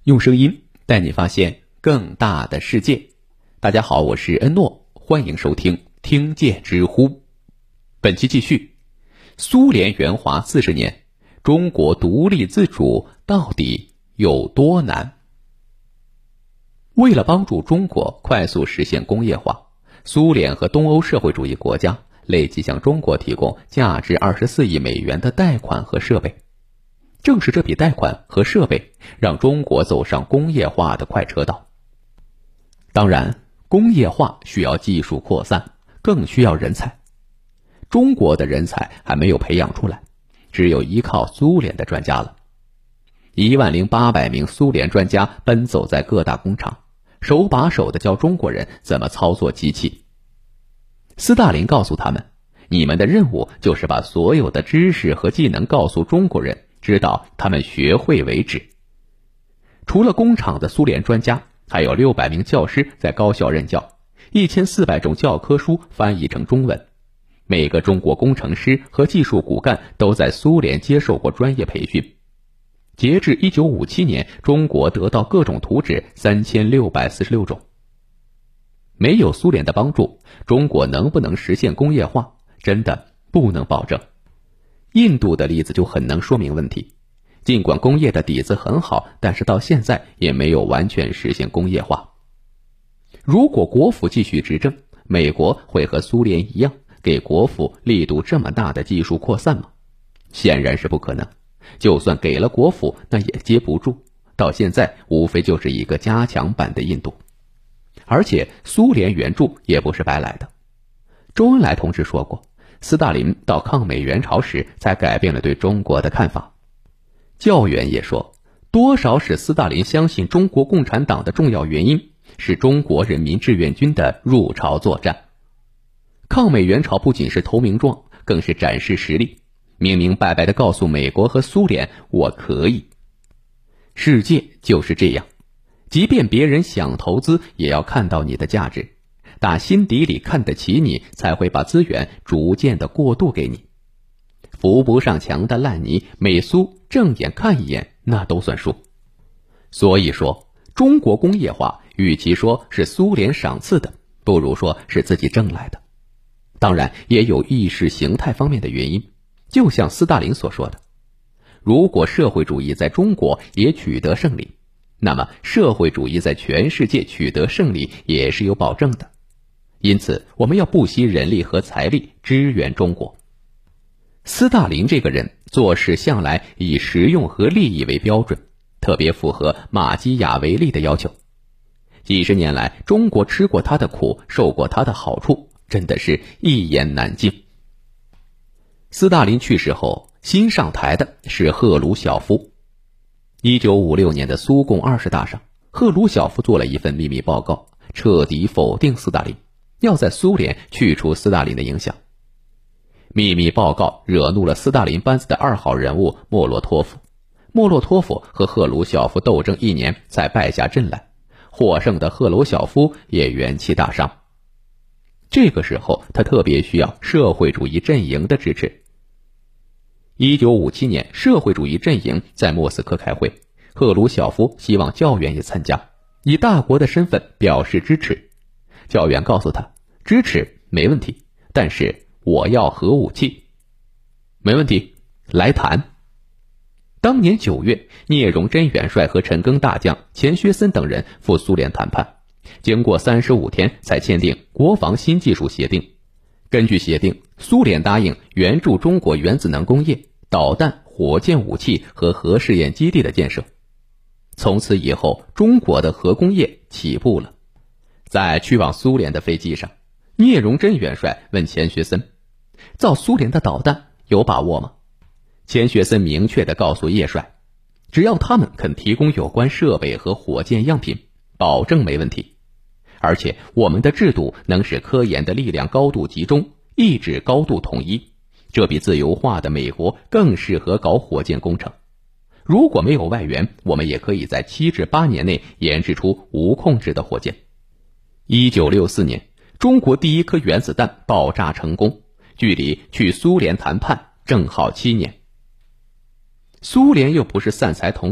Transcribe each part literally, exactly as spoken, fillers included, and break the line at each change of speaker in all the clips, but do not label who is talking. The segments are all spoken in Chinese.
用声音带你发现更大的世界。大家好，我是恩诺，欢迎收听听见知乎。本期继续，苏联援华四十年，中国独立自主到底有多难？为了帮助中国快速实现工业化，苏联和东欧社会主义国家累计向中国提供价值二十四亿美元的贷款和设备。正是这笔贷款和设备让中国走上工业化的快车道。当然，工业化需要技术扩散，更需要人才。中国的人才还没有培养出来，只有依靠苏联的专家了。一万零八百名苏联专家奔走在各大工厂，手把手地教中国人怎么操作机器。斯大林告诉他们，你们的任务就是把所有的知识和技能告诉中国人，直到他们学会为止。除了工厂的苏联专家，还有六百名教师在高校任教，一千四百种教科书翻译成中文。每个中国工程师和技术骨干都在苏联接受过专业培训。截至一九五七年，中国得到各种图纸三千六百四十六种。没有苏联的帮助，中国能不能实现工业化，真的不能保证。印度的例子就很能说明问题。尽管工业的底子很好，但是到现在也没有完全实现工业化。如果国府继续执政，美国会和苏联一样，给国府力度这么大的技术扩散吗？显然是不可能。就算给了国府，那也接不住。到现在无非就是一个加强版的印度。而且苏联援助也不是白来的。周恩来同志说过，斯大林到抗美援朝时才改变了对中国的看法。教员也说，多少使斯大林相信中国共产党的重要原因是中国人民志愿军的入朝作战。抗美援朝不仅是投名状，更是展示实力，明明白白地告诉美国和苏联，我可以。世界就是这样，即便别人想投资，也要看到你的价值，打心底里看得起你，才会把资源逐渐的过渡给你。扶不上墙的烂泥，美苏正眼看一眼，那都算数。所以说，中国工业化与其说是苏联赏赐的，不如说是自己挣来的。当然也有意识形态方面的原因，就像斯大林所说的，如果社会主义在中国也取得胜利，那么社会主义在全世界取得胜利也是有保证的。因此我们要不惜人力和财力支援中国。斯大林这个人做事向来以实用和利益为标准，特别符合马基雅维利的要求。几十年来，中国吃过他的苦，受过他的好处，真的是一言难尽。斯大林去世后，新上台的是赫鲁晓夫。一九五六年的苏共二十大上，赫鲁晓夫做了一份秘密报告，彻底否定斯大林，要在苏联去除斯大林的影响。秘密报告惹怒了斯大林班子的二号人物莫洛托夫。莫洛托夫和赫鲁晓夫斗争一年才败下阵来，获胜的赫鲁晓夫也元气大伤。这个时候他特别需要社会主义阵营的支持。一九五七年，社会主义阵营在莫斯科开会，赫鲁晓夫希望教员也参加，以大国的身份表示支持。教员告诉他，支持没问题，但是我要核武器。没问题，来谈。当年九月，聂荣臻元帅和陈赓大将钱学森等人赴苏联谈判，经过三十五天才签订国防新技术协定。根据协定，苏联答应援助中国原子能工业、导弹、火箭武器和核试验基地的建设。从此以后，中国的核工业起步了。在去往苏联的飞机上，聂荣臻元帅问钱学森，造苏联的导弹有把握吗？钱学森明确地告诉叶帅，只要他们肯提供有关设备和火箭样品，保证没问题。而且我们的制度能使科研的力量高度集中，意志高度统一，这比自由化的美国更适合搞火箭工程。如果没有外援，我们也可以在七至八年内研制出无控制的火箭。一九六四年，中国第一颗原子弹爆炸成功，距离去苏联谈判正好七年。苏联又不是散财童子，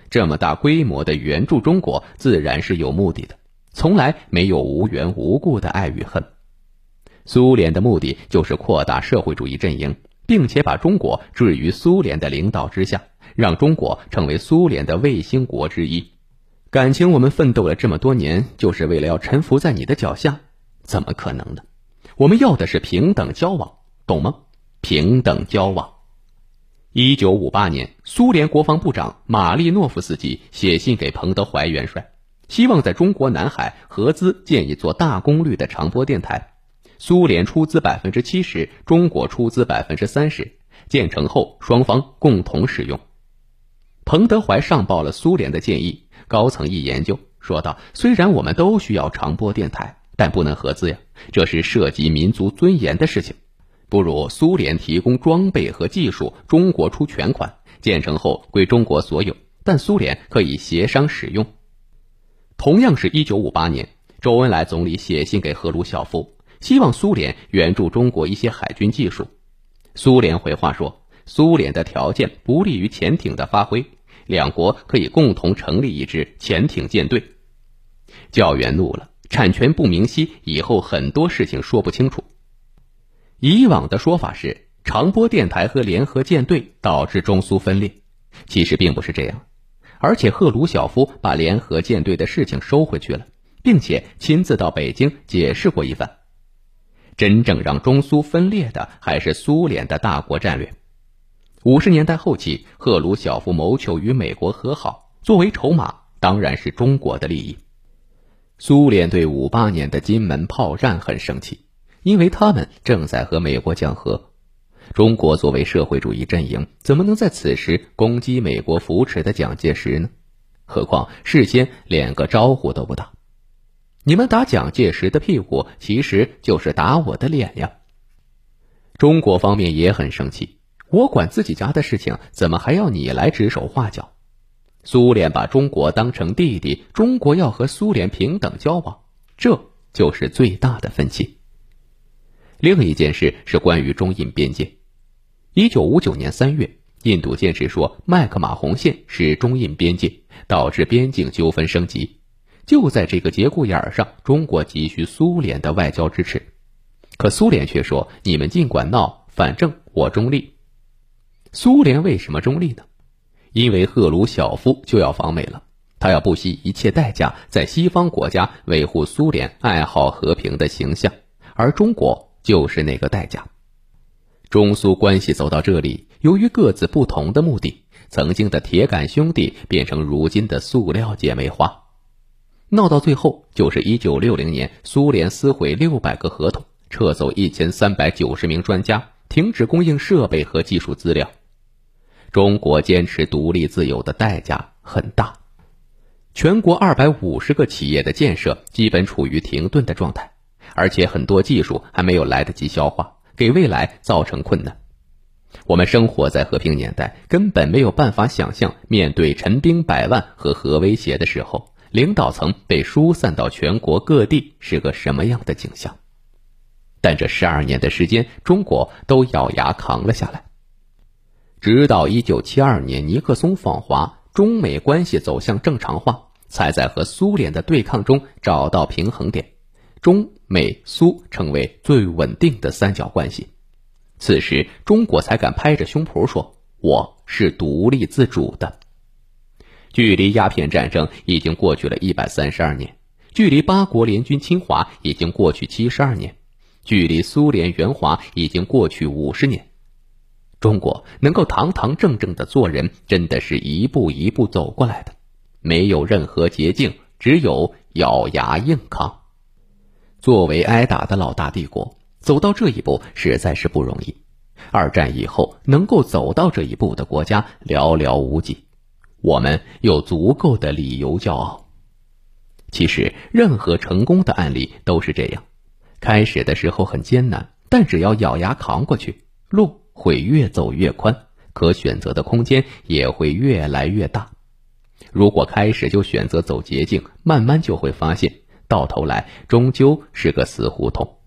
这么大规模的援助中国，自然是有目的的，从来没有无缘无故的爱与恨。苏联的目的就是扩大社会主义阵营，并且把中国置于苏联的领导之下，让中国成为苏联的卫星国之一。感情我们奋斗了这么多年，就是为了要臣服在你的脚下？怎么可能呢？我们要的是平等交往，懂吗？平等交往。一九五八年，苏联国防部长马利诺夫斯基写信给彭德怀元帅，希望在中国南海合资建一座大功率的长波电台，苏联出资 百分之七十， 中国出资 百分之三十， 建成后双方共同使用。彭德怀上报了苏联的建议，高层一研究，说道：虽然我们都需要长波电台，但不能合资呀，这是涉及民族尊严的事情。不如苏联提供装备和技术，中国出全款，建成后归中国所有，但苏联可以协商使用。同样是一九五八年，周恩来总理写信给赫鲁晓夫，希望苏联援助中国一些海军技术。苏联回话说，苏联的条件不利于潜艇的发挥，两国可以共同成立一支潜艇舰队。教员怒了，产权不明晰，以后很多事情说不清楚。以往的说法是长波电台和联合舰队导致中苏分裂，其实并不是这样，而且赫鲁晓夫把联合舰队的事情收回去了，并且亲自到北京解释过一番。真正让中苏分裂的还是苏联的大国战略。五十年代后期，赫鲁晓夫谋求与美国和好，作为筹码当然是中国的利益。苏联对五八年的金门炮战很生气，因为他们正在和美国讲和。中国作为社会主义阵营，怎么能在此时攻击美国扶持的蒋介石呢？何况事先连个招呼都不打。你们打蒋介石的屁股，其实就是打我的脸呀。中国方面也很生气，我管自己家的事情，怎么还要你来指手画脚？苏联把中国当成弟弟，中国要和苏联平等交往，这就是最大的分歧。另一件事是关于中印边界。一九五九年三月，印度坚持说麦克马洪线是中印边界，导致边境纠纷升级。就在这个节骨眼上，中国急需苏联的外交支持。可苏联却说，你们尽管闹，反正我中立。苏联为什么中立呢？因为赫鲁晓夫就要访美了，他要不惜一切代价在西方国家维护苏联爱好和平的形象，而中国就是那个代价。中苏关系走到这里，由于各自不同的目的，曾经的铁杆兄弟变成如今的塑料姐妹花。闹到最后，就是一九六零年苏联撕毁六百个合同，撤走一千三百九十名专家，停止供应设备和技术资料。中国坚持独立自由的代价很大，全国二百五十个企业的建设基本处于停顿的状态，而且很多技术还没有来得及消化，给未来造成困难。我们生活在和平年代，根本没有办法想象面对陈兵百万和核威胁的时候，领导层被疏散到全国各地是个什么样的景象。但这十二年的时间，中国都咬牙扛了下来。直到一九七二年尼克松访华，中美关系走向正常化，才在和苏联的对抗中找到平衡点，中美苏成为最稳定的三角关系。此时中国才敢拍着胸脯说，我是独立自主的。距离鸦片战争已经过去了一百三十二年，距离八国联军侵华已经过去七十二年，距离苏联援华已经过去五十年。中国能够堂堂正正的做人，真的是一步一步走过来的，没有任何捷径，只有咬牙硬扛。作为挨打的老大帝国，走到这一步实在是不容易。二战以后能够走到这一步的国家寥寥无几，我们有足够的理由骄傲。其实任何成功的案例都是这样，开始的时候很艰难，但只要咬牙扛过去，路会越走越宽，可选择的空间也会越来越大。如果开始就选择走捷径，慢慢就会发现，到头来终究是个死胡同。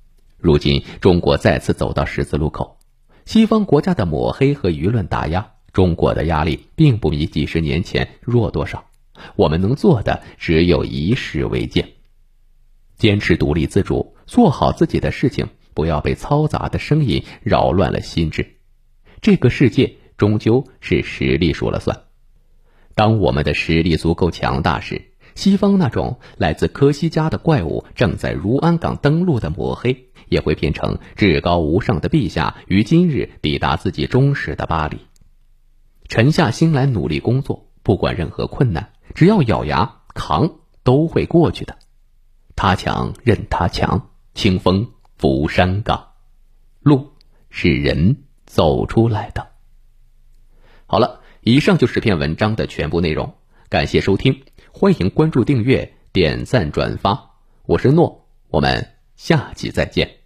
如今中国再次走到十字路口，西方国家的抹黑和舆论打压， 中国的压力并不比几十年前弱多少，我们能做的只有以史为鉴，坚持独立自主，做好自己的事情，不要被嘈杂的声音扰乱了心智。这个世界终究是实力说了算。当我们的实力足够强大时，西方那种来自科西嘉的怪物正在如安港登陆的抹黑，也会变成至高无上的陛下于今日抵达自己忠实的巴黎。沉下心来努力工作，不管任何困难，只要咬牙扛，都会过去的。他强任他强，清风拂山岗，路是人走出来的。好了，以上就是这篇文章的全部内容，感谢收听，欢迎关注订阅点赞转发，我是诺，我们下期再见。